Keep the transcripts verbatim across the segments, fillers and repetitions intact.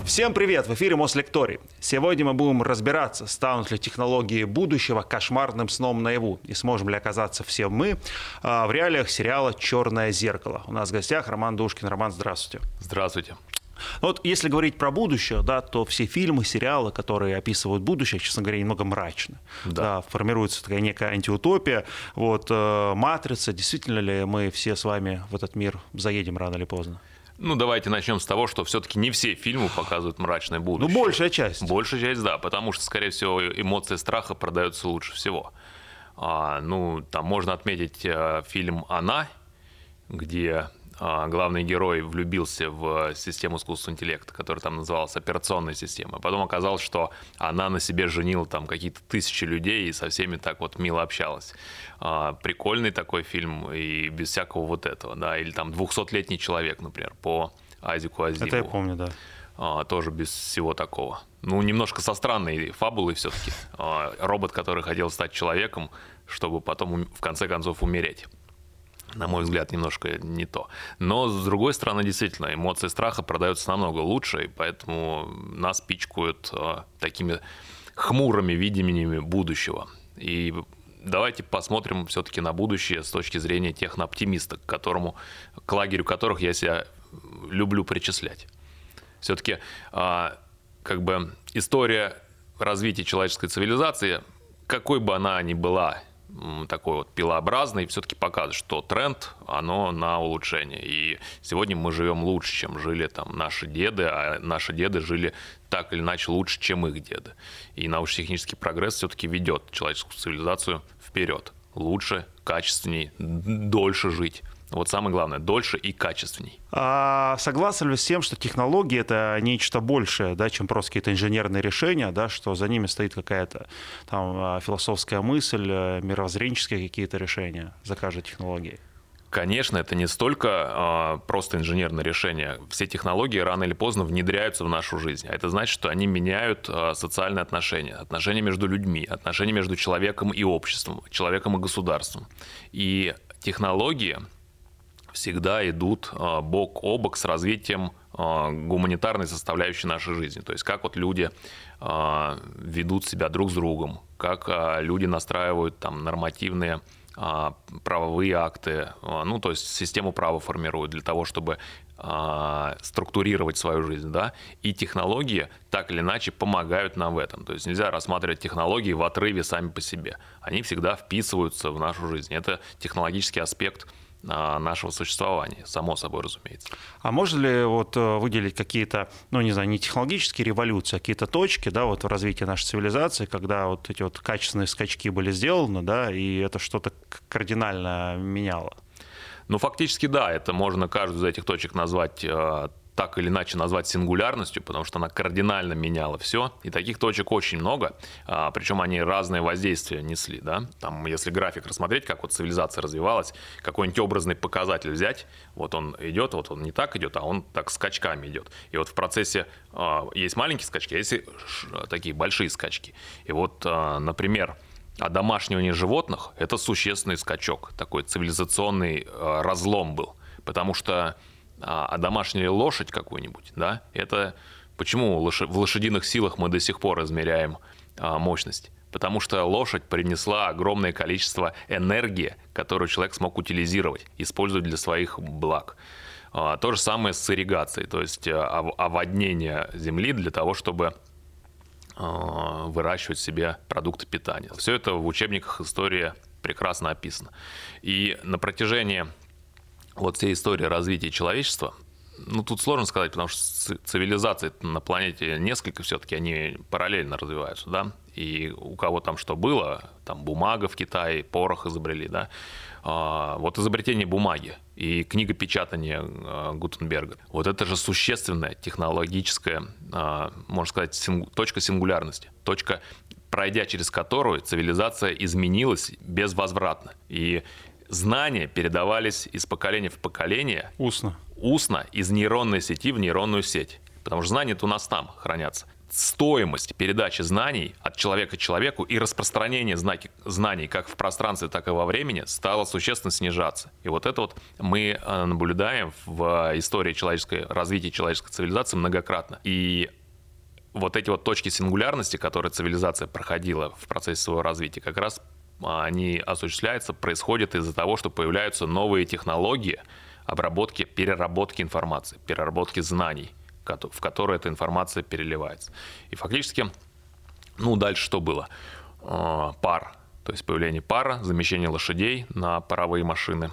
Всем привет! В эфире Мослекторий. Сегодня мы будем разбираться, станут ли технологии будущего кошмарным сном наяву и сможем ли оказаться все мы в реалиях сериала «Черное зеркало». У нас в гостях Роман Душкин. Роман, здравствуйте. Здравствуйте. Вот если говорить про будущее, да, то все фильмы, сериалы, которые описывают будущее, честно говоря, немного мрачны. Да. Да, формируется такая некая антиутопия. Вот, э, «Матрица». Действительно ли мы все с вами в этот мир заедем рано или поздно? Ну, давайте начнем с того, что все-таки не все фильмы показывают мрачное будущее. Ну, большая часть. Большая часть, да, потому что, скорее всего, эмоции страха продаются лучше всего. А, ну, там можно отметить а, фильм «Она», где а, главный герой влюбился в систему искусственного интеллекта, которая там называлась операционная система. Потом оказалось, что она на себе женила там какие-то тысячи людей и со всеми так вот мило общалась. А, прикольный такой фильм и без всякого вот этого, да. Или там «Двухсотлетний человек», например, по Айзеку Азимову. Это я помню, да. А, тоже без всего такого. Ну, немножко со странной фабулой все-таки. А, робот, который хотел стать человеком, чтобы потом в конце концов умереть. На мой взгляд, немножко не то. Но, с другой стороны, действительно, эмоции страха продаются намного лучше, и поэтому нас пичкают а, такими хмурыми видениями будущего. И давайте посмотрим все-таки на будущее с точки зрения технооптимиста, к которому, к лагерю которых я себя люблю причислять. Все-таки а, как бы история развития человеческой цивилизации, какой бы она ни была, такой вот пилообразный, все-таки показывает, что тренд, оно на улучшение. И сегодня мы живем лучше, чем жили там наши деды, а наши деды жили так или иначе лучше, чем их деды. И научно-технический прогресс все-таки ведет человеческую цивилизацию вперед. Лучше, качественней, дольше жить. Вот самое главное, дольше и качественней. А согласны ли вы с тем, что технологии — это нечто большее, да, чем просто какие-то инженерные решения, да, что за ними стоит какая-то там философская мысль, мировоззренческие какие-то решения за каждой технологией? Конечно, это не столько а, просто инженерное решение. Все технологии рано или поздно внедряются в нашу жизнь. А это значит, что они меняют а, социальные отношения, отношения между людьми, отношения между человеком и обществом, человеком и государством. И технологии всегда идут а, бок о бок с развитием а, гуманитарной составляющей нашей жизни. То есть как вот люди а, ведут себя друг с другом, как а, люди настраивают там нормативные а, правовые акты, а, ну то есть систему права формируют для того, чтобы а, структурировать свою жизнь, да, и технологии так или иначе помогают нам в этом. То есть нельзя рассматривать технологии в отрыве сами по себе. Они всегда вписываются в нашу жизнь. Это технологический аспект нашего существования, само собой разумеется. А можно ли вот выделить какие-то, ну не знаю, не технологические революции, а какие-то точки, да, вот в развитии нашей цивилизации, когда вот эти вот качественные скачки были сделаны, да, и это что-то кардинально меняло? Ну, фактически, да, это можно каждую из этих точек назвать, так или иначе назвать сингулярностью, потому что она кардинально меняла все. И таких точек очень много, причем они разные воздействия несли. Да? Там, если график рассмотреть, как вот цивилизация развивалась, какой-нибудь образный показатель взять, вот он идет, вот он не так идет, а он так скачками идет. И вот в процессе есть маленькие скачки, а есть такие большие скачки. И вот, например, одомашнивание животных – это существенный скачок, такой цивилизационный разлом был, потому что а домашняя лошадь какую-нибудь, да, это почему в лошадиных силах мы до сих пор измеряем а, мощность? Потому что лошадь принесла огромное количество энергии, которую человек смог утилизировать, использовать для своих благ. А, то же самое с ирригацией, то есть оводнение земли для того, чтобы а, выращивать себе продукты питания. Все это в учебниках истории прекрасно описано. И на протяжении вот всей истории развития человечества, ну, тут сложно сказать, потому что цивилизаций на планете несколько все-таки, они параллельно развиваются, да, и у кого там что было, там бумага в Китае, порох изобрели, да, а, вот изобретение бумаги и книгопечатание а, Гутенберга, вот это же существенная технологическая, а, можно сказать, синг, точка сингулярности, точка, пройдя через которую цивилизация изменилась безвозвратно, и знания передавались из поколения в поколение. Устно. Устно, из нейронной сети в нейронную сеть. Потому что знания-то у нас там хранятся. стоимость передачи знаний от человека к человеку и распространение знаний как в пространстве, так и во времени стало существенно снижаться. И вот это вот мы наблюдаем в истории человеческой, развития человеческой цивилизации многократно. И вот эти вот точки сингулярности, которые цивилизация проходила в процессе своего развития, как раз они осуществляются, происходят из-за того, что появляются новые технологии обработки, переработки информации, переработки знаний, в которые эта информация переливается. И фактически, ну, дальше что было? Пар, то есть появление пара, замещение лошадей на паровые машины.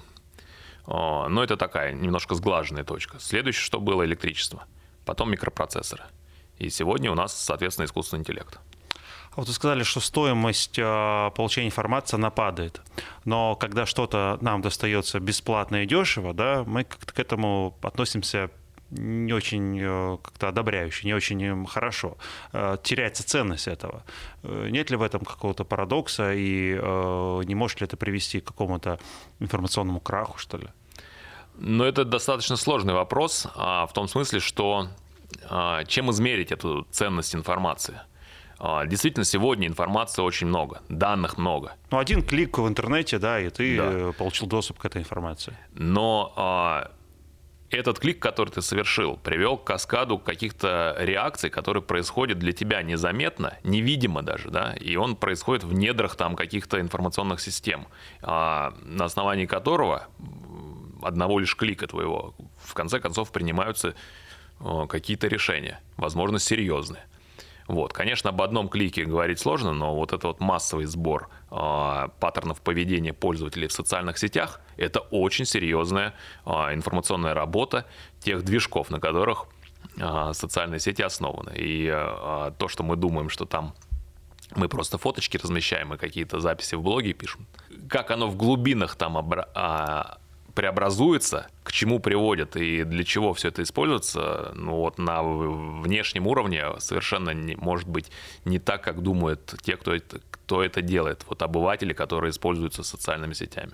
Но это такая немножко сглаженная точка. Следующее, что было? Электричество. Потом микропроцессоры. И сегодня у нас, соответственно, искусственный интеллект. А вот вы сказали, что стоимость э, получения информации, она падает. Но когда что-то нам достается бесплатно и дешево, да, мы как-то к этому относимся не очень э, как-то одобряюще, не очень хорошо. Э, теряется ценность этого. Э, нет ли в этом какого-то парадокса, и э, не может ли это привести к какому-то информационному краху, что ли? Ну, это достаточно сложный вопрос, а, в том смысле, что а, чем измерить эту ценность информации? Действительно, сегодня информации очень много, данных много. Ну, один клик в интернете, да, и ты да. получил доступ к этой информации. Но а, этот клик, который ты совершил, привел к каскаду каких-то реакций, которые происходят для тебя незаметно, невидимо даже, да, и он происходит в недрах там каких-то информационных систем, а, на основании которого одного лишь клика твоего в конце концов принимаются а, какие-то решения, возможно, серьезные. Вот. Конечно, об одном клике говорить сложно, но вот этот вот массовый сбор э, паттернов поведения пользователей в социальных сетях – это очень серьезная э, информационная работа тех движков, на которых э, социальные сети основаны. И э, то, что мы думаем, что там мы просто фоточки размещаем и какие-то записи в блоге пишем, как оно в глубинах там обра- э, преобразуется, к чему приводит и для чего все это используется, ну вот на внешнем уровне совершенно не, может быть не так, как думают те, кто это, кто это делает, вот обыватели, которые используются социальными сетями.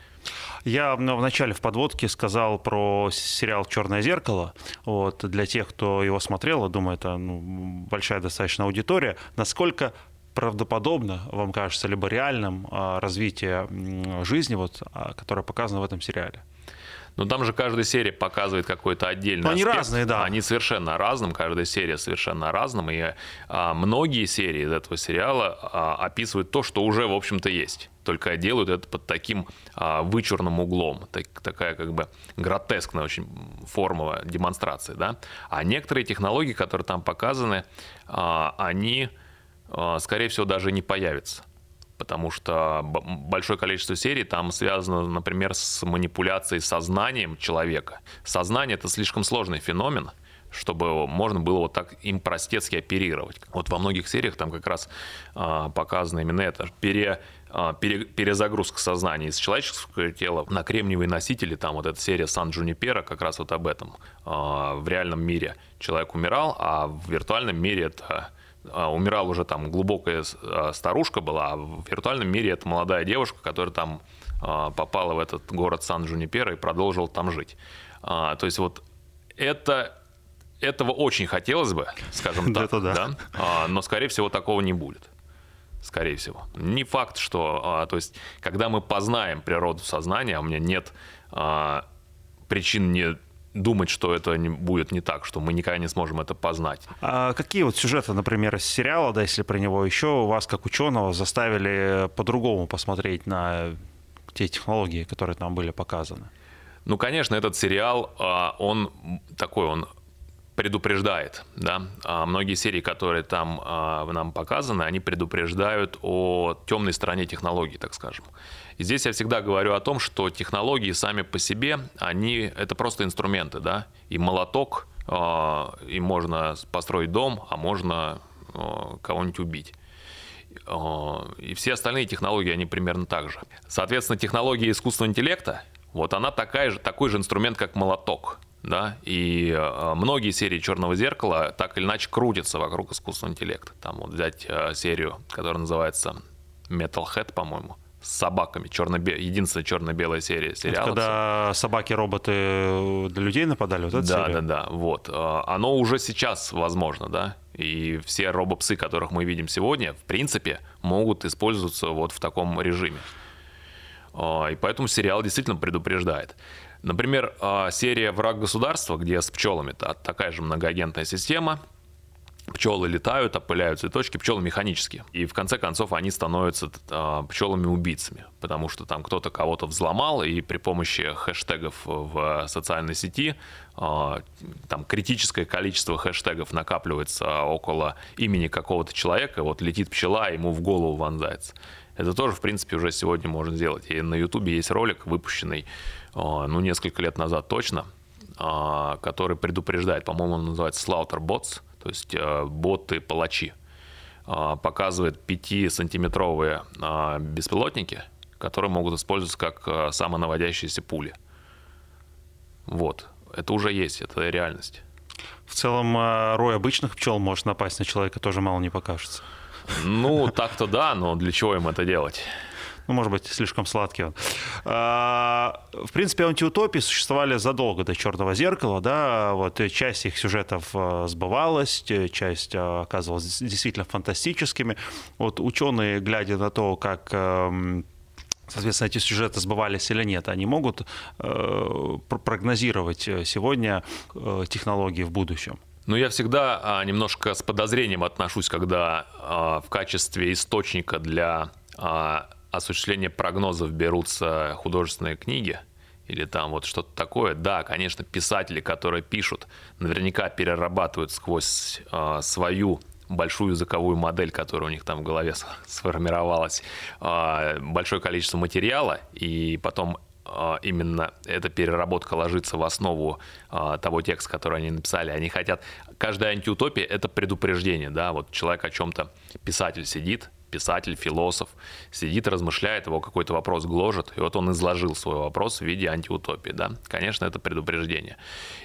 Я в начале в подводке сказал про сериал «Черное зеркало». Вот, для тех, кто его смотрел, я думаю, это ну, большая достаточно аудитория. Насколько правдоподобно, вам кажется, либо реальным развитие жизни, вот, которое показано в этом сериале? Ну, там же каждая серия показывает какой-то отдельный Но они аспект. разные, да. Они совершенно разным, каждая серия совершенно разным. И а, многие серии из этого сериала а, описывают то, что уже, в общем-то, есть. Только делают это под таким а, вычурным углом. Так, такая как бы гротескная очень форма демонстрации. Да? А некоторые технологии, которые там показаны, а, они, а, скорее всего, даже не появятся. Потому что большое количество серий там связано, например, с манипуляцией сознанием человека. Сознание – это слишком сложный феномен, чтобы можно было вот так им простецки оперировать. Вот во многих сериях там как раз а, показано именно это. Пере, а, пере, перезагрузка сознания из человеческого тела на кремниевые носители. Там вот эта серия Сан-Джунипера как раз вот об этом. А, в реальном мире человек умирал, а в виртуальном мире это... умирала уже там глубокая старушка была, а в виртуальном мире это молодая девушка, которая там попала в этот город Сан-Джунипера и продолжила там жить. То есть вот это, этого очень хотелось бы, скажем так, да. Да? Но, скорее всего, такого не будет. Скорее всего. Не факт, что... То есть, когда мы познаем природу сознания, а у меня нет причин не... думать, что это не, будет не так, что мы никогда не сможем это познать. А какие вот сюжеты, например, из сериала, да, если про него еще, вас как ученого заставили по-другому посмотреть на те технологии, которые там были показаны? Ну, конечно, этот сериал, он такой, он предупреждает, да. Многие серии, которые там нам показаны, они предупреждают о темной стороне технологий, так скажем. И здесь я всегда говорю о том, что технологии сами по себе, они это просто инструменты, да. И молоток, им можно построить дом, а можно кого-нибудь убить. И все остальные технологии, они примерно так же. Соответственно, технология искусственного интеллекта, вот она такая же, такой же инструмент, как молоток. Да? И э, многие серии «Черного зеркала» так или иначе крутятся вокруг искусственного интеллекта. Там вот взять э, серию, которая называется Metalhead, по-моему, с собаками. Черно-бе... Единственная черно-белая серия сериала. Это когда собаки-роботы для людей нападали? Вот эта да, серия? да, да. Вот. Оно уже сейчас возможно, да. И все робопсы, которых мы видим сегодня, в принципе, могут использоваться вот в таком режиме. И поэтому сериал действительно предупреждает. Например, серия «Враг государства», где с пчелами такая же многоагентная система. Пчелы летают, опыляют цветочки, пчелы механические. И в конце концов они становятся э, пчелами-убийцами, потому что там кто-то кого-то взломал, и при помощи хэштегов в социальной сети э, там критическое количество хэштегов накапливается около имени какого-то человека, вот летит пчела, ему в голову вонзается. Это тоже, в принципе, уже сегодня можно сделать. И на Ютубе есть ролик, выпущенный э, ну, несколько лет назад точно, э, который предупреждает, по-моему, он называется Slaughter Bots, то есть э, боты-палачи, э, показывает пятисантиметровые э, беспилотники, которые могут использоваться как э, самонаводящиеся пули. Вот, это уже есть, это реальность. В целом, э, рой обычных пчел может напасть на человека, тоже мало не покажется. Ну, так-то да, но для чего им это делать? Ну, может быть, слишком сладкий он. В принципе, антиутопии существовали задолго до «Черного зеркала». Да? Вот, часть их сюжетов сбывалась, часть оказывалась действительно фантастическими. Вот ученые, глядя на то, как, соответственно, эти сюжеты сбывались или нет, они могут прогнозировать сегодня технологии в будущем. Ну, я всегда а, немножко с подозрением отношусь, когда а, в качестве источника для а, осуществления прогнозов берутся художественные книги или там вот что-то такое. Да, конечно, писатели, которые пишут, наверняка перерабатывают сквозь а, свою большую языковую модель, которая у них там в голове сформировалась, а, большое количество материала, и потом именно эта переработка ложится в основу а, того текста, который они написали. Они хотят... Каждая антиутопия — это предупреждение, да, вот человек о чем-то, писатель сидит, писатель, философ, сидит, размышляет, его какой-то вопрос гложет, и вот он изложил свой вопрос в виде антиутопии, да. Конечно, это предупреждение.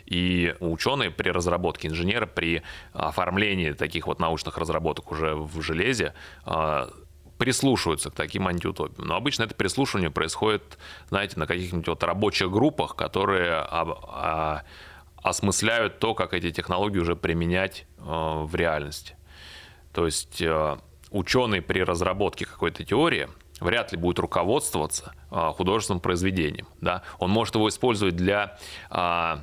И ученые при разработке, инженеры при оформлении таких вот научных разработок уже в железе а, прислушиваются к таким антиутопиям. Но обычно это прислушивание происходит, знаете, на каких-нибудь вот рабочих группах, которые а, а, осмысляют то, как эти технологии уже применять а, в реальности. То есть а, ученый при разработке какой-то теории вряд ли будет руководствоваться а, художественным произведением. Да? Он может его использовать для... А,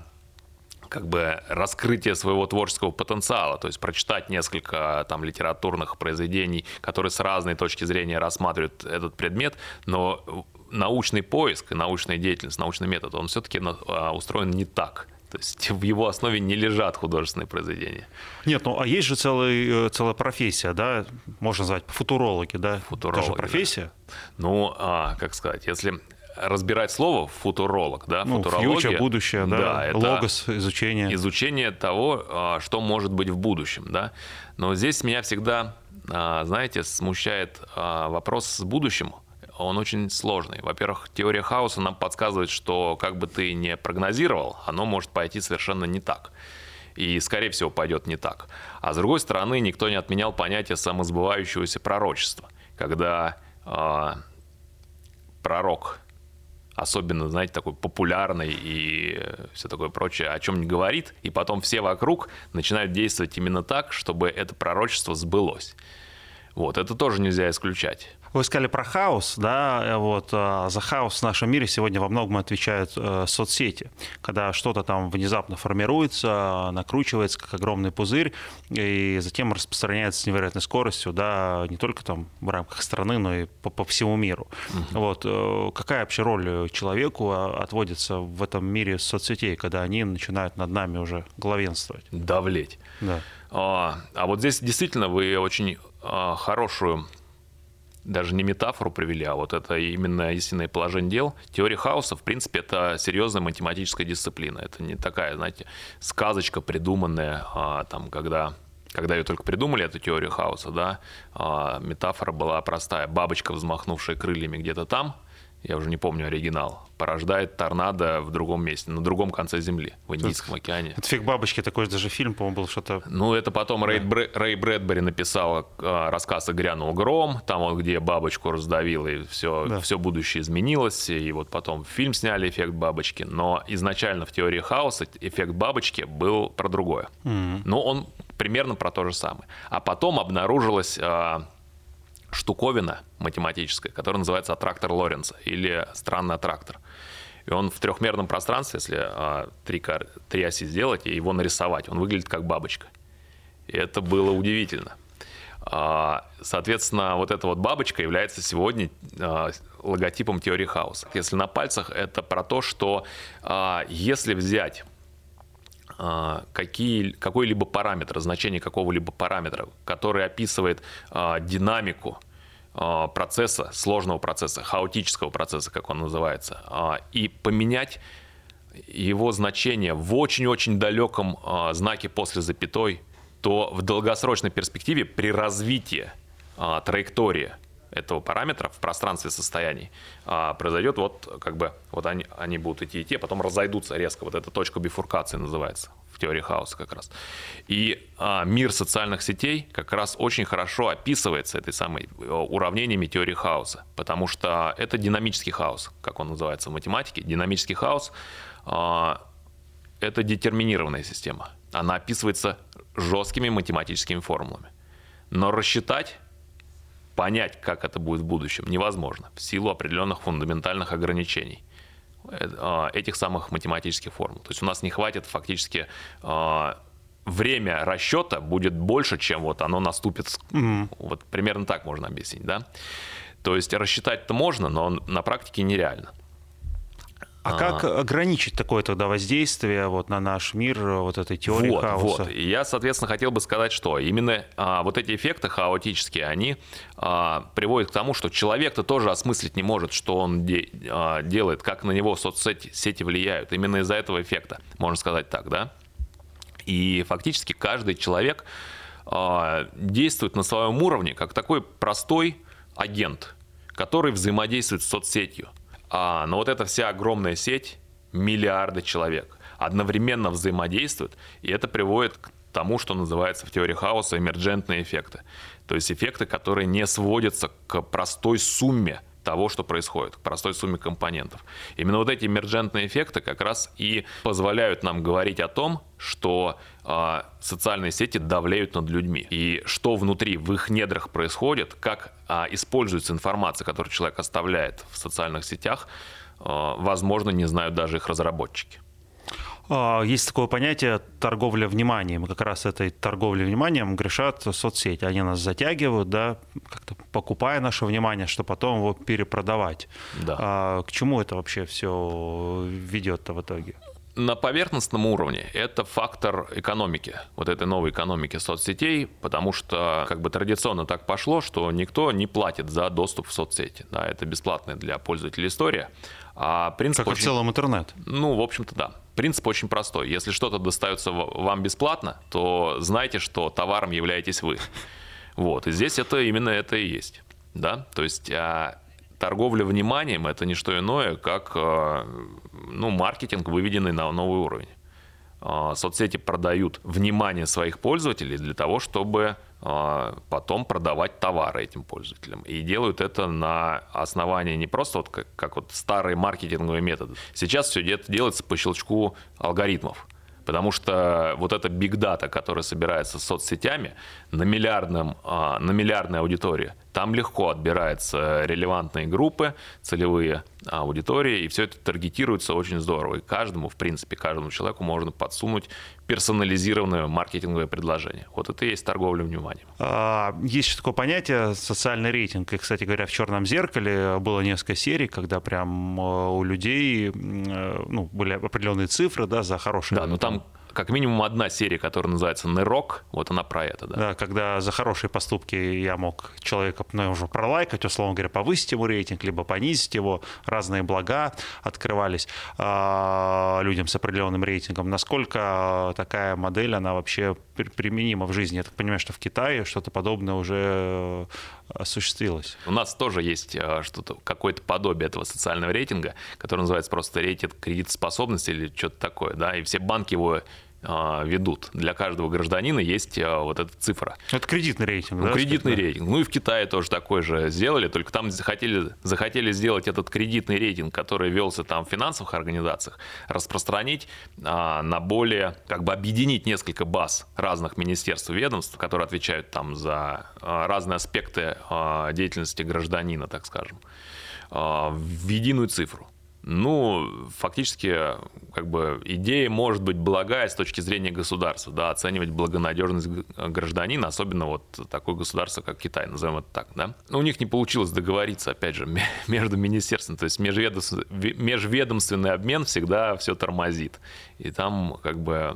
как бы раскрытие своего творческого потенциала, то есть прочитать несколько там литературных произведений, которые с разной точки зрения рассматривают этот предмет, но научный поиск и научная деятельность, научный метод, он все-таки устроен не так. То есть в его основе не лежат художественные произведения. Нет, ну а есть же целый, целая профессия, да, можно назвать футурологи, да? Футурологи. Это же профессия? Да. Ну, а, как сказать, если... разбирать слово футуролог, да, ну, футурология, фьючер, будущее, да, да, это логос, изучение. Изучение того, что может быть в будущем, да. Но здесь меня всегда, знаете, смущает вопрос с будущим. Он очень сложный. Во-первых, теория хаоса нам подсказывает, что как бы ты ни прогнозировал, оно может пойти совершенно не так. И, скорее всего, пойдет не так. А с другой стороны, никто не отменял понятие самосбывающегося пророчества, когда э, пророк, особенно, знаете, такой популярный и все такое прочее, о чем не говорит, и потом все вокруг начинают действовать именно так, чтобы это пророчество сбылось. Вот, это тоже нельзя исключать. Вы сказали про хаос, да, вот за хаос в нашем мире сегодня во многом отвечают э, соцсети, когда что-то там внезапно формируется, накручивается как огромный пузырь и затем распространяется с невероятной скоростью, да, не только там в рамках страны, но и по, по всему миру. Uh-huh. Вот э, какая вообще роль человеку отводится в этом мире соцсетей, когда они начинают над нами уже главенствовать? Давлеть. Да. А, а вот здесь действительно вы очень а, хорошую даже не метафору привели, а вот это именно истинное положение дел. Теория хаоса, в принципе, это серьезная математическая дисциплина. Это не такая, знаете, сказочка придуманная, а, там, когда, когда ее только придумали, эту теорию хаоса, да, а, метафора была простая. Бабочка, взмахнувшая крыльями где-то там, я уже не помню оригинал, порождает торнадо в другом месте, на другом конце Земли, в Индийском океане. Это «Эффект бабочки», такой даже фильм, по-моему, был что-то... Ну, это потом да. Рэй, Бр... Рэй Брэдбери написал э, рассказ «И грянул гром», там вот, где бабочку раздавило, и все, да. все будущее изменилось, и вот потом фильм сняли «Эффект бабочки», но изначально в теории хаоса эффект бабочки был про другое. Mm-hmm. Но он примерно про то же самое. А потом обнаружилось... Э, штуковина математическая, которая называется аттрактор Лоренца или странный аттрактор. И он в трехмерном пространстве, если а, три, три оси сделать и его нарисовать, он выглядит как бабочка. И это было удивительно. А, соответственно, вот эта вот бабочка является сегодня а, логотипом теории хаоса. Если на пальцах, это про то, что а, если взять Какие, какой-либо параметр, значение какого-либо параметра, который описывает а, динамику а, процесса, сложного процесса, хаотического процесса, как он называется, а, и поменять его значение в очень-очень далеком а, знаке после запятой, то в долгосрочной перспективе при развитии а, траектории этого параметра в пространстве состояний а, произойдет вот как бы вот они, они будут идти идти, а потом разойдутся резко. Вот эта точка бифуркации называется в теории хаоса как раз. И а, мир социальных сетей как раз очень хорошо описывается этой самой уравнениями теории хаоса, потому что это динамический хаос, как он называется в математике. Динамический хаос а, это детерминированная система. Она описывается жесткими математическими формулами. Но рассчитать, понять, как это будет в будущем, невозможно в силу определенных фундаментальных ограничений этих самых математических формул. То есть у нас не хватит фактически время расчета будет больше, чем вот оно наступит. Mm-hmm. Вот примерно так можно объяснить, да? То есть рассчитать-то можно, но на практике нереально. А, а как ограничить такое тогда воздействие вот на наш мир, вот этой теории вот, хаоса? Вот. И я, соответственно, хотел бы сказать, что именно а, вот эти эффекты хаотические, они а, приводят к тому, что человек-то тоже осмыслить не может, что он де, а, делает, как на него соцсети сети влияют. Именно из-за этого эффекта, можно сказать так, да? И фактически каждый человек а, действует на своем уровне как такой простой агент, который взаимодействует с соцсетью. А, но вот эта вся огромная сеть, миллиарды человек, одновременно взаимодействуют, и это приводит к тому, что называется в теории хаоса эмерджентные эффекты. То есть эффекты, которые не сводятся к простой сумме того, что происходит, к простой сумме компонентов. Именно вот эти эмерджентные эффекты как раз и позволяют нам говорить о том, что э, социальные сети давлеют над людьми. И что внутри, в их недрах происходит, как э, используется информация, которую человек оставляет в социальных сетях, э, возможно, не знают даже их разработчики. Есть такое понятие торговля вниманием. И как раз этой торговлей вниманием грешат соцсети. Они нас затягивают, да, как-то покупая наше внимание, чтобы потом его перепродавать. Да. А к чему это вообще все ведет-то в итоге? На поверхностном уровне это фактор экономики, вот этой новой экономики соцсетей, потому что как бы традиционно так пошло, что никто не платит за доступ в соцсети. Да, это бесплатная для пользователей история. А принцип как очень... и в целом интернет. Ну, в общем-то, да. Принцип очень простой. Если что-то достается вам бесплатно, то знайте, что товаром являетесь вы. Вот. И здесь это именно это и есть. Да? То есть а, торговля вниманием – это не что иное, как а, ну, маркетинг, выведенный на новый уровень. А, соцсети продают внимание своих пользователей для того, чтобы а, потом продавать товары этим пользователям. И делают это на основании не просто вот как, как вот старые маркетинговые методы. Сейчас все это делается по щелчку алгоритмов. Потому что вот эта биг-дата, которая собирается с соцсетями на, миллиардном, на миллиардной аудитории, там легко отбираются релевантные группы, целевые аудитории, и все это таргетируется очень здорово. И каждому, в принципе, каждому человеку можно подсунуть персонализированное маркетинговое предложение. Вот это и есть торговля вниманием. Есть еще такое понятие социальный рейтинг. И, кстати говоря, в «Черном зеркале» было несколько серий, когда прям у людей ну, были определенные цифры, да, за хорошие... Да, но там как минимум одна серия, которая называется «Нырок», вот она про это, да. Да, когда за хорошие поступки я мог человека, ну, уже пролайкать, условно говоря, повысить ему рейтинг, либо понизить его, разные блага открывались э, людям с определенным рейтингом. Насколько такая модель, она вообще применима в жизни? Я так понимаю, что в Китае что-то подобное уже осуществилось. У нас тоже есть что-то, какое-то подобие этого социального рейтинга, который называется просто рейтинг кредитоспособности или что-то такое, да, и все банки его ведут. Для каждого гражданина есть вот эта цифра. Это кредитный рейтинг, ну, да? Кредитный сказать, рейтинг. Ну и в Китае тоже такой же сделали, только там захотели, захотели сделать этот кредитный рейтинг, который велся там в финансовых организациях, распространить а, на более, как бы объединить несколько баз разных министерств и ведомств, которые отвечают там за а, разные аспекты а, деятельности гражданина, так скажем, а, в единую цифру. Ну, фактически, как бы идея может быть благая с точки зрения государства, да, оценивать благонадежность гражданина, особенно вот такое государство, как Китай, назовем это так, да. Но у них не получилось договориться, опять же, между министерствами, то есть межведомственный, межведомственный обмен всегда все тормозит, и там как бы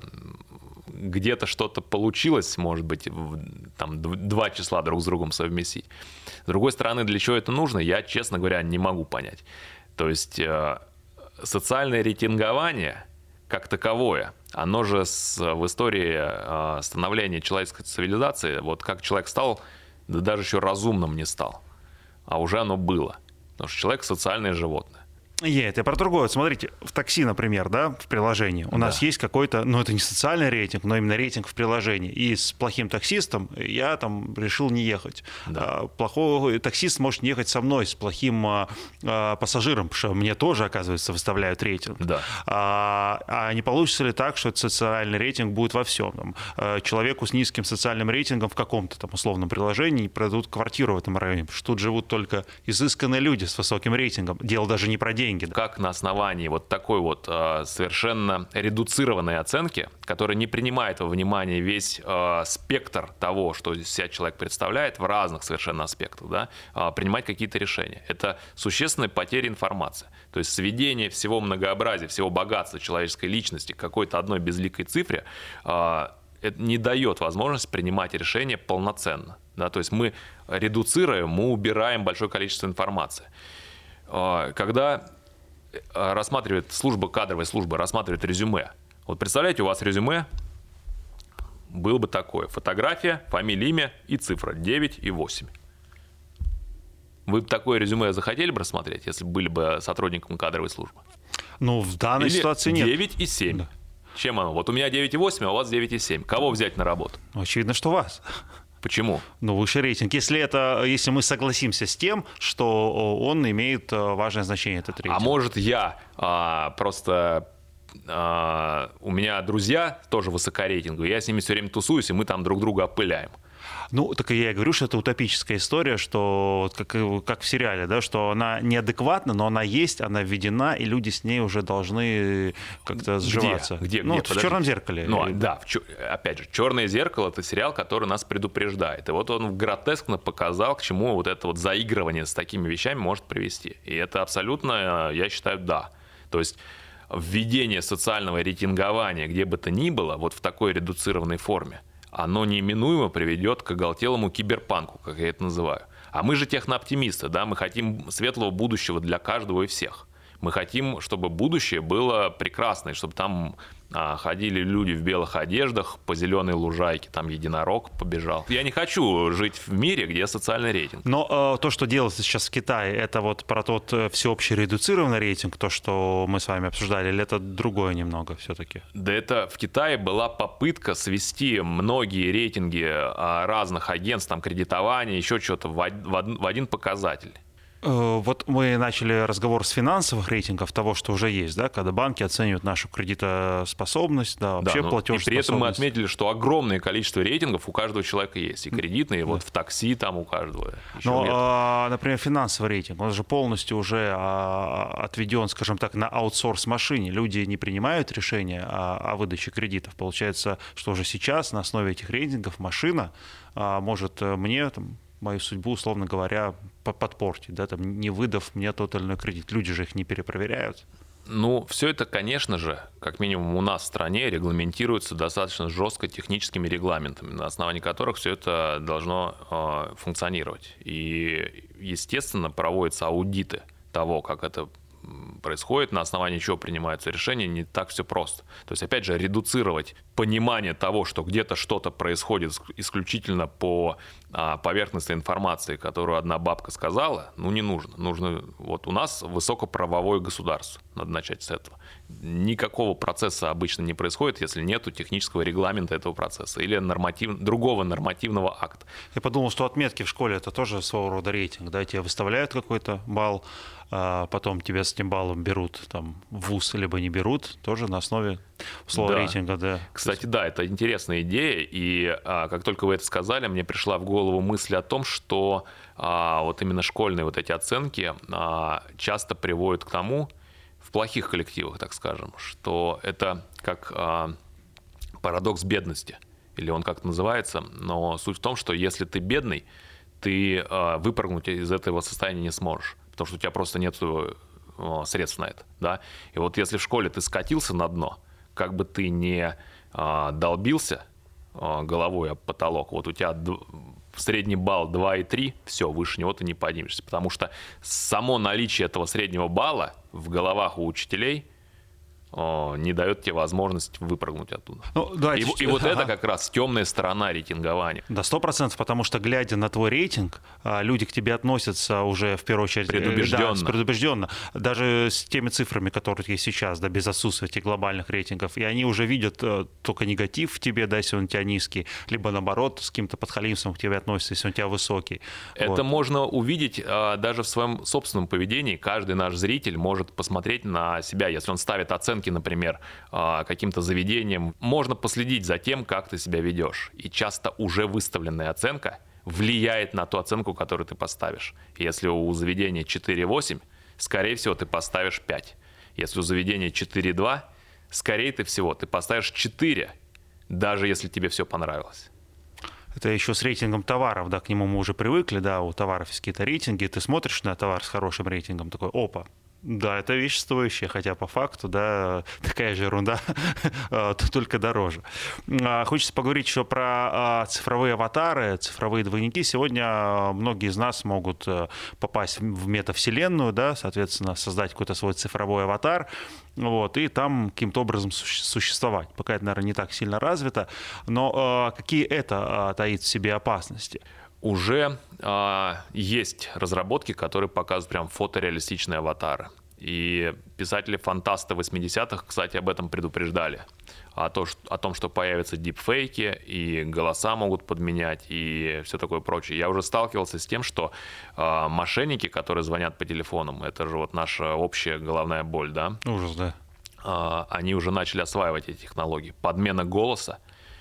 где-то что-то получилось, может быть, там два числа друг с другом совместить. С другой стороны, для чего это нужно, я, честно говоря, не могу понять. То есть социальное рейтингование как таковое, оно же с, в истории становления человеческой цивилизации, вот как человек стал, да даже еще разумным не стал, а уже оно было. Потому что человек социальное животное. Нет, я про другое. Вот смотрите, в такси, например, да, в приложении у да. нас есть какой-то, ну это не социальный рейтинг, но именно рейтинг в приложении. И с плохим таксистом я там решил не ехать. Да. Плохой таксист может не ехать со мной, с плохим а, а, пассажиром, потому что мне тоже, оказывается, выставляют рейтинг. Да. А, а не получится ли так, что этот социальный рейтинг будет во всем? Там, человеку с низким социальным рейтингом в каком-то там условном приложении продадут квартиру в этом районе, потому что тут живут только изысканные люди с высоким рейтингом. Дело даже не про деньги. Как на основании вот такой вот э, совершенно редуцированной оценки, которая не принимает во внимание весь э, спектр того, что из себя человек представляет в разных совершенно аспектах, да, э, принимать какие-то решения. Это существенная потеря информации. То есть сведение всего многообразия, всего богатства человеческой личности к какой-то одной безликой цифре э, это не дает возможности принимать решения полноценно. Да? То есть мы редуцируем, мы убираем большое количество информации. Когда рассматривает служба, кадровая служба, рассматривает резюме. Вот представляете, у вас резюме было бы такое. Фотография, фамилия, имя и цифра девять и восемь. Вы бы такое резюме захотели бы рассмотреть, если были бы сотрудником кадровой службы? Ну, в данной Или ситуации нет. девять и семь. Да. Чем оно? Вот у меня девять и восемь, а у вас девять и семь. Кого взять на работу? Очевидно, что вас. Почему? Ну, выше рейтинг. Если, это, если мы согласимся с тем, что он имеет важное значение, этот рейтинг. А может, я а, просто... А, у меня друзья тоже высокорейтинговые, я с ними все время тусуюсь, и мы там друг друга опыляем. Ну, так я и говорю, что это утопическая история, что как, как в сериале, да, что она неадекватна, но она есть, она введена, и люди с ней уже должны как-то сживаться. Где? Где? Ну, Где? вот в «Черном зеркале». Ну, да, в, опять же, «Черное зеркало» — это сериал, который нас предупреждает. И вот он гротескно показал, к чему вот это вот заигрывание с такими вещами может привести. И это абсолютно, я считаю, да. То есть введение социального рейтингования, где бы то ни было, вот в такой редуцированной форме, оно неминуемо приведет к оголтелому киберпанку, как я это называю. А мы же технооптимисты, да, мы хотим светлого будущего для каждого и всех. Мы хотим, чтобы будущее было прекрасное, чтобы там а, ходили люди в белых одеждах по зеленой лужайке, там единорог побежал. Я не хочу жить в мире, где социальный рейтинг. Но э, то, что делается сейчас в Китае, это вот про тот всеобщий редуцированный рейтинг, то, что мы с вами обсуждали, или это другое немного все-таки? Да это в Китае была попытка свести многие рейтинги разных агентств, там кредитования, еще что-то в один, в один показатель. Вот мы начали разговор с финансовых рейтингов, того, что уже есть, да, когда банки оценивают нашу кредитоспособность, да, вообще да, платежеспособность. И при этом мы отметили, что огромное количество рейтингов у каждого человека есть, и кредитные, и да. вот в такси там у каждого. Но, а, например, финансовый рейтинг, он же полностью уже а, отведен, скажем так, на аутсорс машине. Люди не принимают решения о, о выдаче кредитов. Получается, что уже сейчас на основе этих рейтингов машина а, может мне там, мою судьбу, условно говоря, подпортить, да, там, не выдав мне тот или иной кредит. Люди же их не перепроверяют. Ну, все это, конечно же, как минимум у нас в стране регламентируется достаточно жестко техническими регламентами, на основании которых все это должно э, функционировать. И, естественно, проводятся аудиты того, как это происходит, на основании чего принимаются решения, не так все просто. То есть, опять же, редуцировать понимание того, что где-то что-то происходит исключительно по а, поверхностной информации, которую одна бабка сказала, ну, не нужно. Нужно, вот у нас высокоправовое государство, надо начать с этого. Никакого процесса обычно не происходит, если нету технического регламента этого процесса или норматив, другого нормативного акта. Я подумал, что отметки в школе — это тоже своего рода рейтинг, да, тебе выставляют какой-то балл, а потом тебя с этим баллом берут там, в вуз, либо не берут, тоже на основе слова да. рейтинга. Да. Кстати, да, это интересная идея, и а, как только вы это сказали, мне пришла в голову мысль о том, что а, вот именно школьные вот эти оценки а, часто приводят к тому, в плохих коллективах, так скажем, что это как а, парадокс бедности, или он как-то называется, но суть в том, что если ты бедный, ты а, выпрыгнуть из этого состояния не сможешь, потому что у тебя просто нет средств на это. Да? И вот если в школе ты скатился на дно, как бы ты не а, долбился а, головой об потолок, вот у тебя средний балл два и три, все, выше него ты не поднимешься, потому что само наличие этого среднего балла в головах у учителей не дает тебе возможность выпрыгнуть оттуда. Ну, да, и, и вот ага. это как раз темная сторона рейтингования. Да, сто процентов, потому что, глядя на твой рейтинг, люди к тебе относятся уже в первую очередь предубежденно. Да, предубежденно. Даже с теми цифрами, которые есть сейчас, да, без отсутствия этих глобальных рейтингов. И они уже видят только негатив в тебе, да, если он у тебя низкий, либо наоборот, с каким-то подхалимством к тебе относятся, если он у тебя высокий. Это вот. Можно увидеть а, даже в своем собственном поведении. Каждый наш зритель может посмотреть на себя, если он ставит оценки, например, каким-то заведением, можно последить за тем, как ты себя ведешь. И часто уже выставленная оценка влияет на ту оценку, которую ты поставишь. Если у заведения четыре восемь, скорее всего, ты поставишь пять. Если у заведения четыре два, скорее всего, ты поставишь четыре, даже если тебе все понравилось. Это еще с рейтингом товаров, да, к нему мы уже привыкли, да, у товаров есть какие-то рейтинги, ты смотришь на товар с хорошим рейтингом, такой, опа, да, это вещь стоящая, хотя по факту, да, такая же ерунда, только дороже. Хочется поговорить еще про цифровые аватары, цифровые двойники. Сегодня многие из нас могут попасть в метавселенную, да, соответственно, создать какой-то свой цифровой аватар, вот, и там каким-то образом существовать. Пока это, наверное, не так сильно развито, но какие это таит в себе опасности? Уже э, есть разработки, которые показывают прям фотореалистичные аватары. И писатели-фантасты восьмидесятых, кстати, об этом предупреждали. О, то, что, о том, что появятся дипфейки, и голоса могут подменять, и все такое прочее. Я уже сталкивался с тем, что э, мошенники, которые звонят по телефонам, это же вот наша общая головная боль, да? Ужас, да. Э, они уже начали осваивать эти технологии. Подмена голоса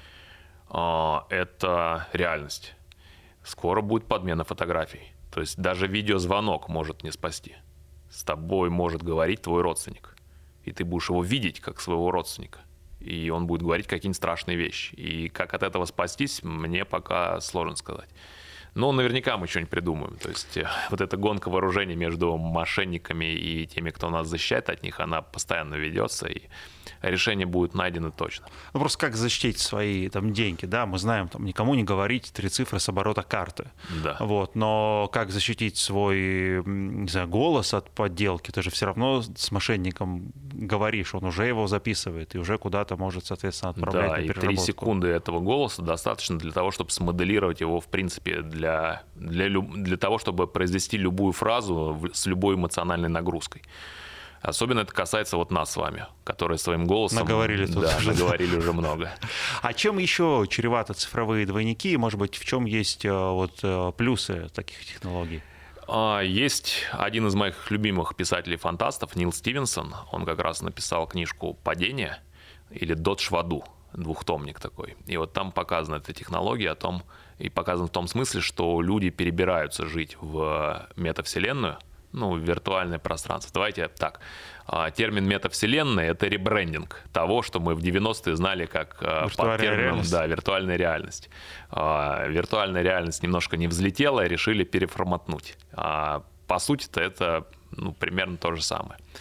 э, – это реальность. Скоро будет подмена фотографий. То есть даже видеозвонок может не спасти. С тобой может говорить твой родственник. И ты будешь его видеть как своего родственника. И он будет говорить какие-нибудь страшные вещи. И как от этого спастись, мне пока сложно сказать. Но наверняка мы что-нибудь придумаем. То есть вот эта гонка вооружений между мошенниками и теми, кто нас защищает от них, она постоянно ведется. И решение будет найдено точно. Ну, просто как защитить свои там деньги, да, мы знаем, там, никому не говорить три цифры с оборота карты, да. Вот, но как защитить свой, не знаю, голос от подделки, ты же все равно с мошенником говоришь, он уже его записывает и уже куда-то может, соответственно, отправлять да, на переработку. И три секунды этого голоса достаточно для того, чтобы смоделировать его, в принципе, для, для, для того, чтобы произвести любую фразу с любой эмоциональной нагрузкой. Особенно это касается вот нас с вами, которые своим голосом наговорили, тут да, уже. наговорили уже много. А чем еще чреваты цифровые двойники? Может быть, в чем есть вот, плюсы таких технологий? Есть один из моих любимых писателей-фантастов, Нил Стивенсон. Он как раз написал книжку «Падение» или «Додж в аду», двухтомник такой. И вот там показана эта технология о том, и показан в том смысле, что люди перебираются жить в метавселенную, ну, виртуальное пространство. Давайте так. Термин метавселенная – это ребрендинг того, что мы в девяностые знали как под термином да, виртуальная реальность. Виртуальная реальность немножко не взлетела, и решили переформатнуть. По сути-то это ну, примерно то же самое.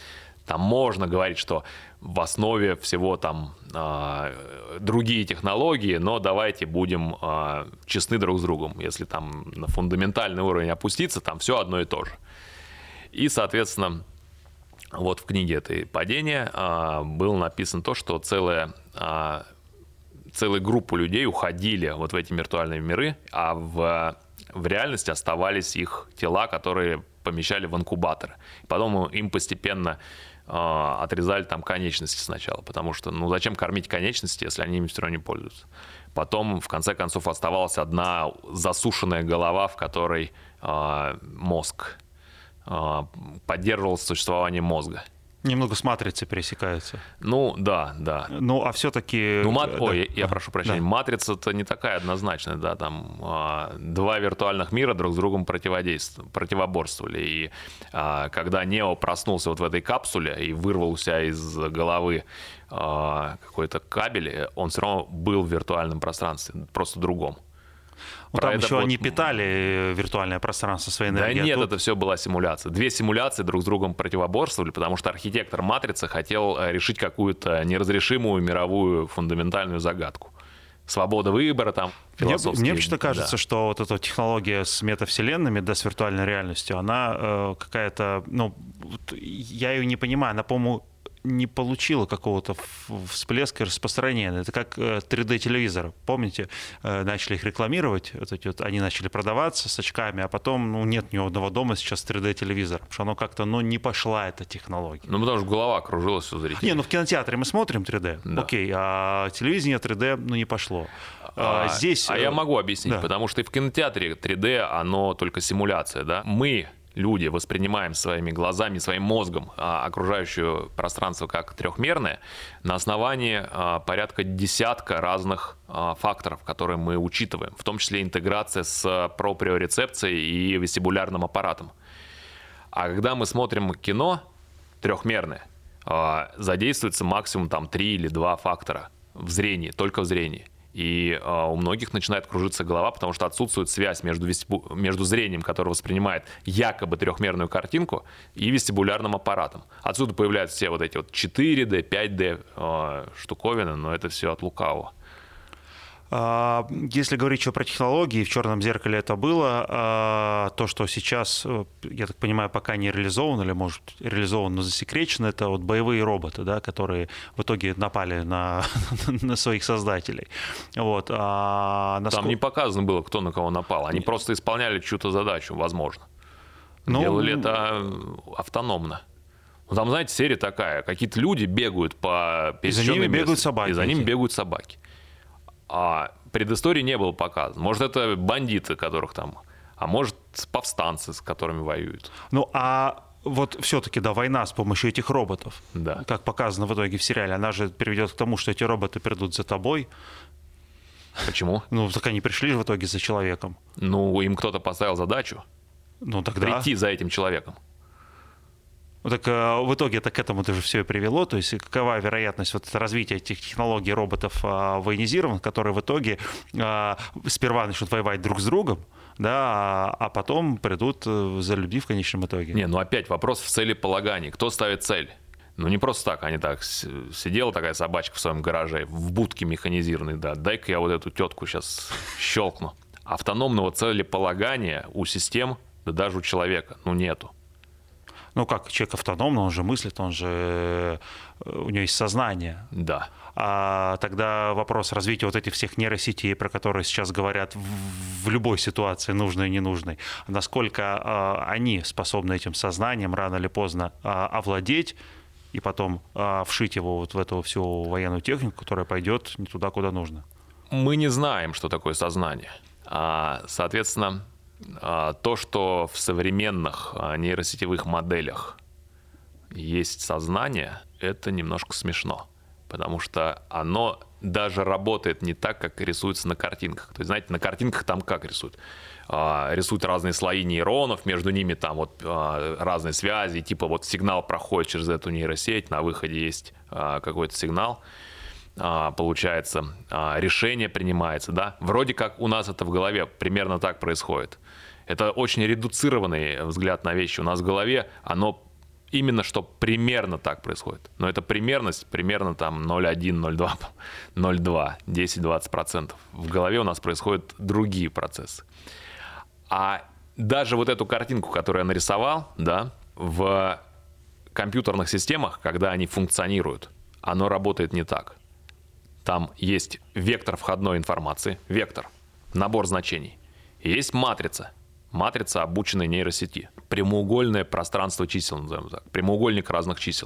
Там можно говорить, что в основе всего там э, другие технологии, но давайте будем э, честны друг с другом. Если там на фундаментальный уровень опуститься, там все одно и то же. И, соответственно, вот в книге этой «Падение» э, было написано то, что целая, э, целая группа людей уходили вот в эти виртуальные миры, а в, в реальности оставались их тела, которые помещали в инкубаторы. Потом им постепенно э, отрезали там конечности сначала, потому что, ну, зачем кормить конечности, если они ими все равно не пользуются. Потом, в конце концов, оставалась одна засушенная голова, в которой э, мозг, э, поддерживал существование мозга. Немного с матрицей пересекается. Ну, да, да. Ну, а все-таки... Ну, мат... да. Ой, я прошу прощения. Да. Матрица-то не такая однозначная, да, там а, два виртуальных мира друг с другом противодействовали, противоборствовали. И а, когда Нео проснулся вот в этой капсуле и вырвал у себя из головы а, какой-то кабель, он все равно был в виртуальном пространстве, просто другом. Ну, там еще вот... они питали виртуальное пространство своей энергией. Да нет, тут... это все была симуляция. Две симуляции друг с другом противоборствовали, потому что архитектор матрицы хотел решить какую-то неразрешимую мировую фундаментальную загадку. Свобода выбора там, философские... Мне вообще-то кажется, да. что вот эта технология с метавселенными, да, с виртуальной реальностью, она э, какая-то, ну, я ее не понимаю, она, по-моему, не получила какого-то всплеска распространения. Это как три дэ-телевизоры. Помните, начали их рекламировать, вот эти вот, они начали продаваться с очками, а потом, ну, нет ни одного дома сейчас три дэ-телевизора, потому что оно как-то, ну, не пошла эта технология. Ну, потому что голова кружилась у зрителей. Не, ну в кинотеатре мы смотрим три дэ, да. Окей, а телевидение три дэ, ну, не пошло. А, Здесь... а я могу объяснить, да. Потому что и в кинотеатре три дэ, оно только симуляция, да. Мы... люди воспринимаем своими глазами, своим мозгом а, окружающее пространство как трехмерное на основании а, порядка десятка разных а, факторов, которые мы учитываем, в том числе интеграция с проприорецепцией и вестибулярным аппаратом. А когда мы смотрим кино трехмерное, а, задействуется максимум там три или два фактора в зрении, только в зрении. И э, у многих начинает кружиться голова, потому что отсутствует связь между, вестибу... между зрением, которое воспринимает якобы трехмерную картинку, и вестибулярным аппаратом. Отсюда появляются все вот эти вот четыре дэ, пять дэ э, штуковины, но это все от лукавого. Если говорить еще про технологии, в «Черном зеркале» это было, то, что сейчас, я так понимаю, пока не реализовано, или, может, реализовано, но засекречено, это вот боевые роботы, да, которые в итоге напали на, на своих создателей. Вот. А насколько... Там не показано было, кто на кого напал. Они просто исполняли чью-то задачу, возможно. Ну... Делали это автономно. Ну, там, знаете, серия такая. Какие-то люди бегают по пересеченной местности. И за ними бегают собаки. И за ними бегают собаки. А предыстории не было показано. Может, это бандиты, которых там... А может, повстанцы, с которыми воюют. Ну, а вот все-таки, да, война с помощью этих роботов, да. Как показано в итоге в сериале, она же приведет к тому, что эти роботы придут за тобой. Почему? Ну, так они пришли в итоге за человеком. Ну, им кто-то поставил задачу. Ну, тогда... Прийти за этим человеком. Ну, так в итоге это к этому даже все и привело. То есть какова вероятность вот развития этих технологий роботов а, военизированных, которые в итоге а, сперва начнут воевать друг с другом, да, а, а потом придут за людьми в конечном итоге. Не, ну опять вопрос в целеполагании. Кто ставит цель? Ну не просто так, они так, сидела такая собачка в своем гараже, в будке механизированной, да, дай-ка я вот эту тетку сейчас щелкну. Автономного целеполагания у систем, да даже у человека, ну нету. Ну как, человек автономный, он же мыслит, он же, у него есть сознание. Да. А тогда вопрос развития вот этих всех нейросетей, про которые сейчас говорят в, в любой ситуации, нужной и ненужной, насколько а, они способны этим сознанием рано или поздно а, овладеть и потом а, вшить его вот в эту всю военную технику, которая пойдет не туда, куда нужно. Мы не знаем, что такое сознание. А, соответственно, то, что в современных нейросетевых моделях есть сознание, это немножко смешно, потому что оно даже работает не так, как рисуется на картинках. То есть, знаете, на картинках там как рисуют? Рисуют разные слои нейронов, между ними там вот разные связи, типа вот сигнал проходит через эту нейросеть, на выходе есть какой-то сигнал, получается, решение принимается, да? Вроде как у нас это в голове примерно так происходит. Это очень редуцированный взгляд на вещи. У нас в голове оно именно что примерно так происходит. Но эта примерность примерно там ноль целых одна десятая, ноль целых два, ноль целых два, десять-двадцать процентов. В голове у нас происходят другие процессы. А даже вот эту картинку, которую я нарисовал, да, в компьютерных системах, когда они функционируют, оно работает не так. Там есть вектор входной информации, вектор, набор значений. И есть матрица, матрица обученной нейросети. Прямоугольное пространство чисел, назовем так, прямоугольник разных чисел.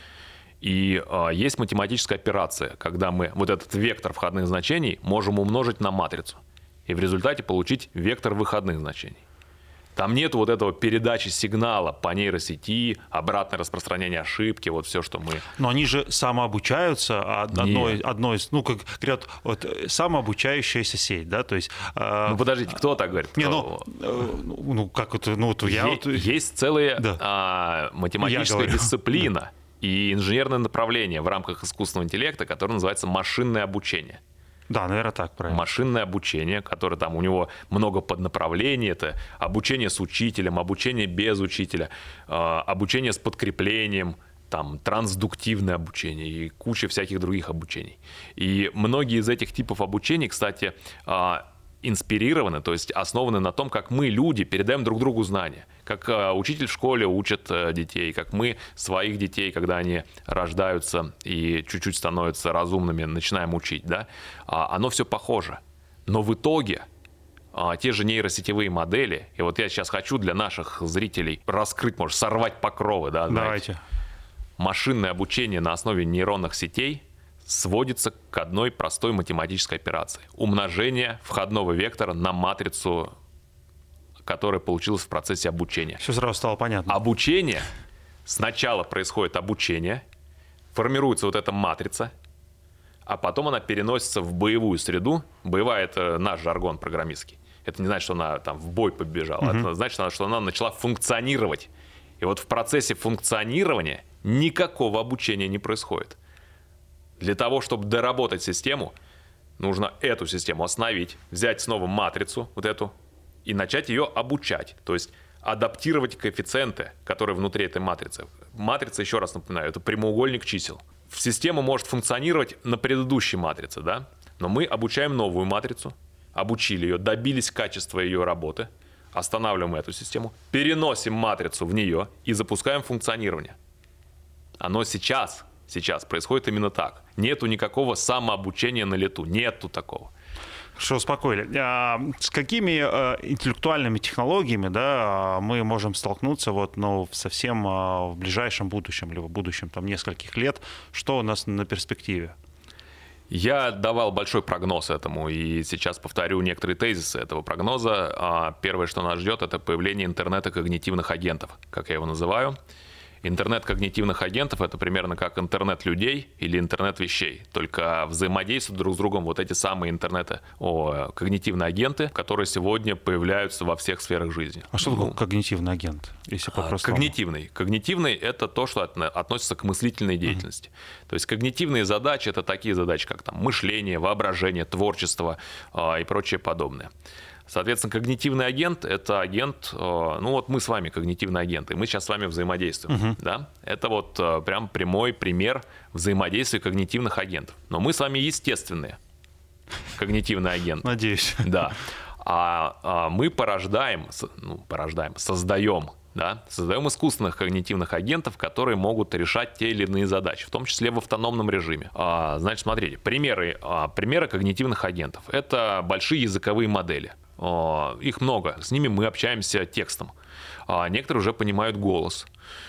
И э, есть математическая операция, когда мы вот этот вектор входных значений можем умножить на матрицу. И в результате получить вектор выходных значений. Там нет вот этого передачи сигнала по нейросети, обратное распространение ошибки, вот все, что мы... Но они же самообучаются, а одно, одно из, ну, как говорят, вот, самообучающаяся сеть, да, то есть... Э... Ну, подождите, кто так говорит? Не, ну, ну, как это, ну, вот я... Е- вот... Есть целая да. а, математическая дисциплина да. и инженерное направление в рамках искусственного интеллекта, которое называется машинное обучение. Да, наверное, так, правильно. Машинное обучение, которое там у него много поднаправлений. Это обучение с учителем, обучение без учителя, обучение с подкреплением, там, трансдуктивное обучение и куча всяких других обучений. И многие из этих типов обучений, кстати, инспирированы, то есть основаны на том, как мы, люди, передаем друг другу знания. Как э, учитель в школе учит э, детей, как мы своих детей, когда они рождаются и чуть-чуть становятся разумными, начинаем учить. Да? А, оно все похоже. Но в итоге а, те же нейросетевые модели, и вот я сейчас хочу для наших зрителей раскрыть, может, сорвать покровы. Да, давайте. Машинное обучение на основе нейронных сетей сводится к одной простой математической операции. Умножение входного вектора на матрицу, которая получилась в процессе обучения. Все сразу стало понятно. Обучение. Сначала происходит обучение, формируется вот эта матрица, а потом она переносится в боевую среду. Боевая — это наш жаргон программистский. Это не значит, что она там в бой побежала. Угу. Это значит, что она начала функционировать. И вот в процессе функционирования никакого обучения не происходит. Для того, чтобы доработать систему, нужно эту систему остановить, взять снова матрицу вот эту и начать ее обучать. То есть адаптировать коэффициенты, которые внутри этой матрицы. Матрица, еще раз напоминаю, это прямоугольник чисел. Система может функционировать на предыдущей матрице, да? Но мы обучаем новую матрицу, обучили ее, добились качества ее работы, останавливаем эту систему, переносим матрицу в нее и запускаем функционирование. Оно сейчас... Сейчас происходит именно так. Нету никакого самообучения на лету. Нету такого. Хорошо, успокоили. А с какими а, интеллектуальными технологиями, да, мы можем столкнуться вот, ну, совсем а, в ближайшем будущем, или в будущем там, нескольких лет? Что у нас на перспективе? Я давал большой прогноз этому, и сейчас повторю некоторые тезисы этого прогноза. Первое, что нас ждет, это появление интернета когнитивных агентов, как я его называю. Интернет когнитивных агентов — это примерно как интернет людей или интернет вещей. Только взаимодействуют друг с другом вот эти самые интернеты, о, когнитивные агенты, которые сегодня появляются во всех сферах жизни. А что такое ну, когнитивный агент? Если по-простому? Когнитивный. Когнитивный — это то, что относится к мыслительной деятельности. Mm-hmm. То есть когнитивные задачи — это такие задачи, как там, мышление, воображение, творчество э, и прочее подобное. Соответственно, когнитивный агент — это агент, ну вот мы с вами когнитивные агенты, мы сейчас с вами взаимодействуем. Uh-huh. Да? Это вот прям прямой пример взаимодействия когнитивных агентов. Но мы с вами естественные когнитивные агенты. Надеюсь. Да. А, а мы порождаем, ну, порождаем, создаем, да, создаем искусственных когнитивных агентов, которые могут решать те или иные задачи, в том числе в автономном режиме. А, значит, смотрите, примеры, а, примеры когнитивных агентов. Это большие языковые модели. Их много, с ними мы общаемся текстом. Некоторые уже понимают голос.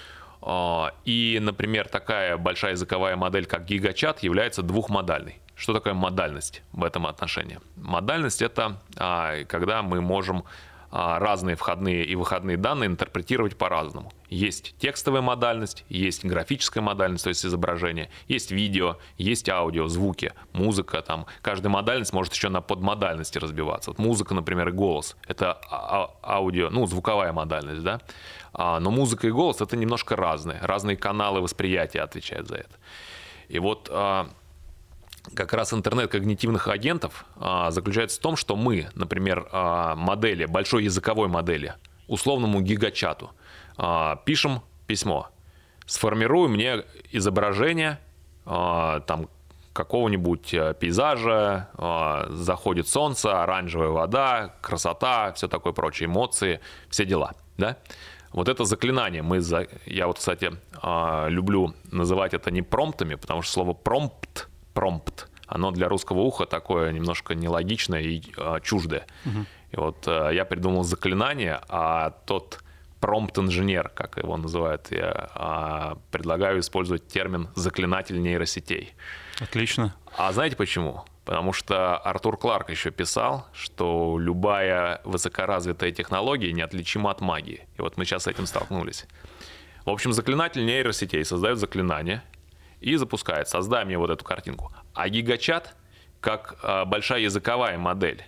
И, например, такая большая языковая модель, как GigaChat, является двухмодальной. Что такое модальность в этом отношении? Модальность — это когда мы можем разные входные и выходные данные интерпретировать по-разному. Есть текстовая модальность, есть графическая модальность, то есть изображение, есть видео, есть аудио, звуки, музыка. Там. Каждая модальность может еще на подмодальности разбиваться. Вот музыка, например, и голос — это а- аудио, ну, звуковая модальность, да? А, но музыка и голос — это немножко разные. Разные каналы восприятия отвечают за это. И вот... А, как раз интернет когнитивных агентов а, заключается в том, что мы, например, а, модели, большой языковой модели, условному гигачату, а, пишем письмо. сформируй мне изображение э, там, какого-нибудь пейзажа, э, заходит солнце, оранжевая вода, красота, все такое прочее, эмоции, все дела. Да? Вот это заклинание мы, за... я вот, кстати, э, люблю называть это не промптами, потому что слово промпт, промпт, оно для русского уха такое немножко нелогичное и э, чуждое. Угу. И вот э, я придумал заклинание, а тот промпт-инженер, как его называют, я э, предлагаю использовать термин «заклинатель нейросетей». Отлично. А знаете почему? Потому что Артур Кларк еще писал, что любая высокоразвитая технология неотличима от магии. И вот мы сейчас с этим столкнулись. В общем, заклинатель нейросетей создает заклинание и запускает. Создай мне вот эту картинку. А гигачат, как э, большая языковая модель,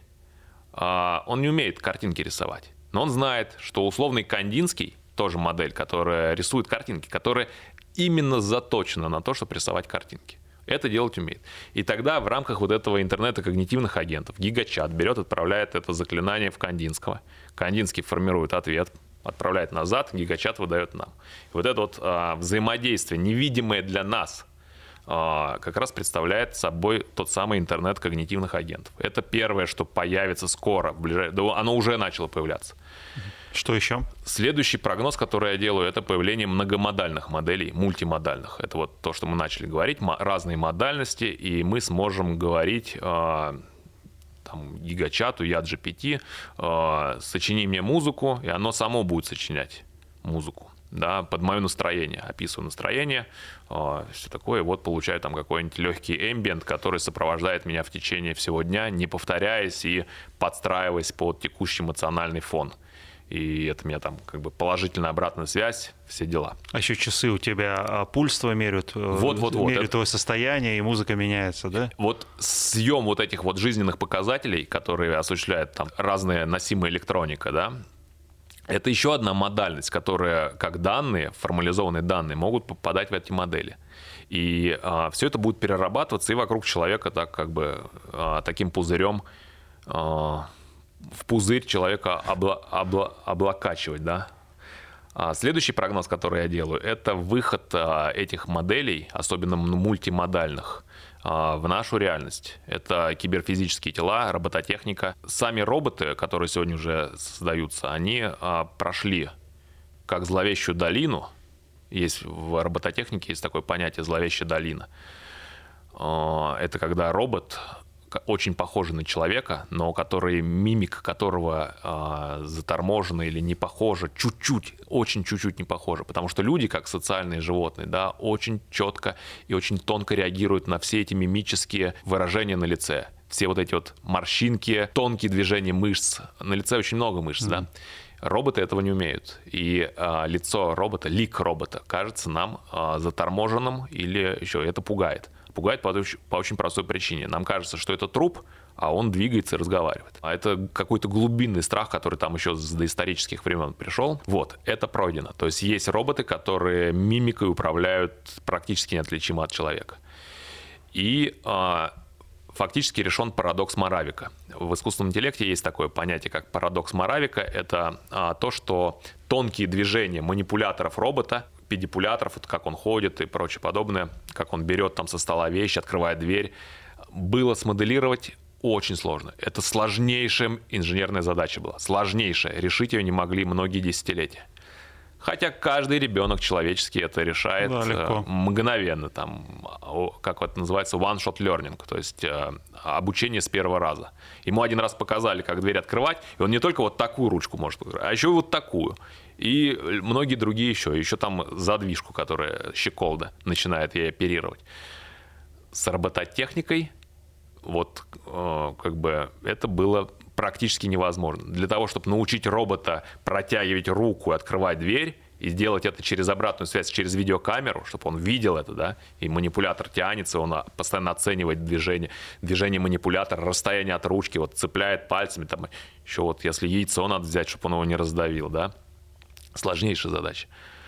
э, он не умеет картинки рисовать. Но он знает, что условный Кандинский, тоже модель, которая рисует картинки, которая именно заточена на то, чтобы рисовать картинки. Это делать умеет. И тогда в рамках вот этого интернета когнитивных агентов гигачат берет, отправляет это заклинание в Кандинского. Кандинский формирует ответ, отправляет назад, гигачат выдает нам. И вот это вот а, взаимодействие, невидимое для нас, а, как раз представляет собой тот самый интернет когнитивных агентов. Это первое, что появится скоро, в ближайшее... да, оно уже начало появляться. Что еще? Следующий прогноз, который я делаю, это появление многомодальных моделей, мультимодальных. Это вот то, что мы начали говорить, разные модальности, и мы сможем говорить э, там, гигачату, яд-джи пи ти, э, сочини мне музыку, и оно само будет сочинять музыку. Да, под мое настроение, описываю настроение, э, все такое, и вот получаю там какой-нибудь легкий эмбиент, который сопровождает меня в течение всего дня, не повторяясь и подстраиваясь под текущий эмоциональный фон. И это меня там как бы положительная обратная связь, все дела. А еще часы у тебя пульс твой меряют, вот, вот, вот. меряют это... твое состояние, и музыка меняется, да? Вот съем вот этих вот жизненных показателей, которые осуществляет там разная носимая электроника, да, это еще одна модальность, которая, как данные, формализованные данные, могут попадать в эти модели. И а, все это будет перерабатываться и вокруг человека так как бы а, таким пузырем а, в пузырь человека обла, обла, облакачивать, да. А следующий прогноз, который я делаю, это выход а, этих моделей, особенно мультимодальных, а, в нашу реальность. Это киберфизические тела, робототехника. Сами роботы, которые сегодня уже создаются, они а, прошли как зловещую долину. Есть в робототехнике есть такое понятие «зловещая долина». А, это когда робот очень похожий на человека, но который, мимика которого э, заторможена или не похожа, чуть-чуть, очень чуть-чуть не похожа, потому что люди, как социальные животные, да, очень четко и очень тонко реагируют на все эти мимические выражения на лице, все вот эти вот морщинки, тонкие движения мышц, на лице очень много мышц, mm-hmm. да. Роботы этого не умеют, и э, лицо робота, лик робота кажется нам э, заторможенным или еще это пугает. Пугает по, по очень простой причине. Нам кажется, что это труп, а он двигается и разговаривает. А это какой-то глубинный страх, который там еще с доисторических времен пришел. Вот, это пройдено. То есть есть роботы, которые мимикой управляют практически неотличимо от человека. И а, фактически решен парадокс Моравика. В искусственном интеллекте есть такое понятие, как парадокс Моравика. Это а, то, что тонкие движения манипуляторов робота, педипуляторов, вот как он ходит и прочее подобное, как он берет там со стола вещи, открывает дверь, было смоделировать очень сложно. Это сложнейшая инженерная задача была. Сложнейшая. Решить ее не могли многие десятилетия. Хотя каждый ребенок человеческий это решает да, мгновенно. Там, как это называется, one-shot learning, то есть обучение с первого раза. Ему один раз показали, как дверь открывать, и он не только вот такую ручку может открыть, а еще и вот такую. И многие другие еще. Еще там задвижку, которая щеколда начинает ей оперировать. С робототехникой вот как бы это было практически невозможно. Для того, чтобы научить робота протягивать руку и открывать дверь, и сделать это через обратную связь, через видеокамеру, чтобы он видел это, да, и манипулятор тянется, он постоянно оценивает движение, движение манипулятора, расстояние от ручки, вот цепляет пальцами, там, еще вот если яйцо надо взять, чтобы он его не раздавил, да. Сложнейшая задача.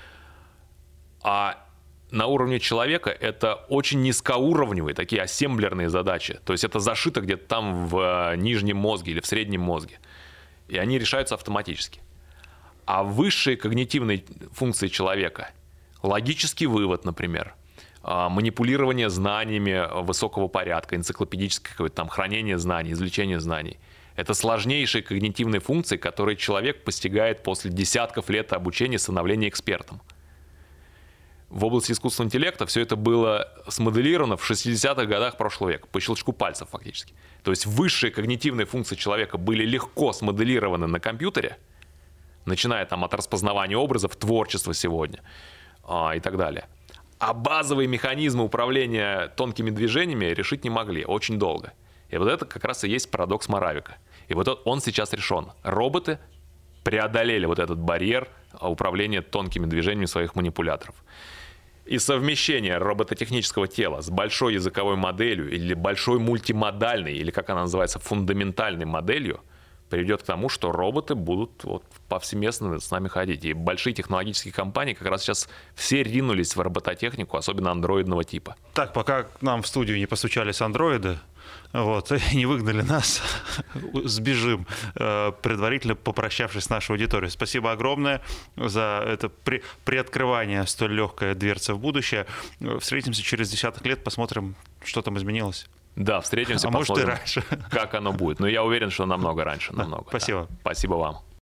А на уровне человека это очень низкоуровневые, такие ассемблерные задачи. То есть это зашито где-то там в нижнем мозге или в среднем мозге. И они решаются автоматически. А высшие когнитивные функции человека, Логический вывод, например. Манипулирование знаниями высокого порядка, энциклопедическое какое-то там хранение знаний, извлечение знаний. Это сложнейшие когнитивные функции, которые человек постигает после десятков лет обучения и становления экспертом. В области искусственного интеллекта все это было смоделировано в шестидесятых годах прошлого века, по щелчку пальцев фактически. То есть высшие когнитивные функции человека были легко смоделированы на компьютере, начиная там от распознавания образов, творчества сегодня а, и так далее. А базовые механизмы управления тонкими движениями решить не могли очень долго. И вот это как раз и есть парадокс Моравика. И вот он сейчас решен. Роботы преодолели вот этот барьер управления тонкими движениями своих манипуляторов. И совмещение робототехнического тела с большой языковой моделью или большой мультимодальной, или как она называется, фундаментальной моделью, приведет к тому, что роботы будут вот повсеместно с нами ходить. И большие технологические компании как раз сейчас все ринулись в робототехнику, особенно андроидного типа. Так, пока к нам в студию не постучались андроиды, вот, и не выгнали нас, сбежим, предварительно попрощавшись с нашей аудиторией. Спасибо огромное за это при, приоткрывание столь легкой дверцы в будущее. Встретимся через десяток лет, посмотрим, что там изменилось. Да, встретимся, а посмотрим, может и раньше. Как оно будет. Но я уверен, что намного раньше. Намного, Спасибо. Да. Спасибо вам.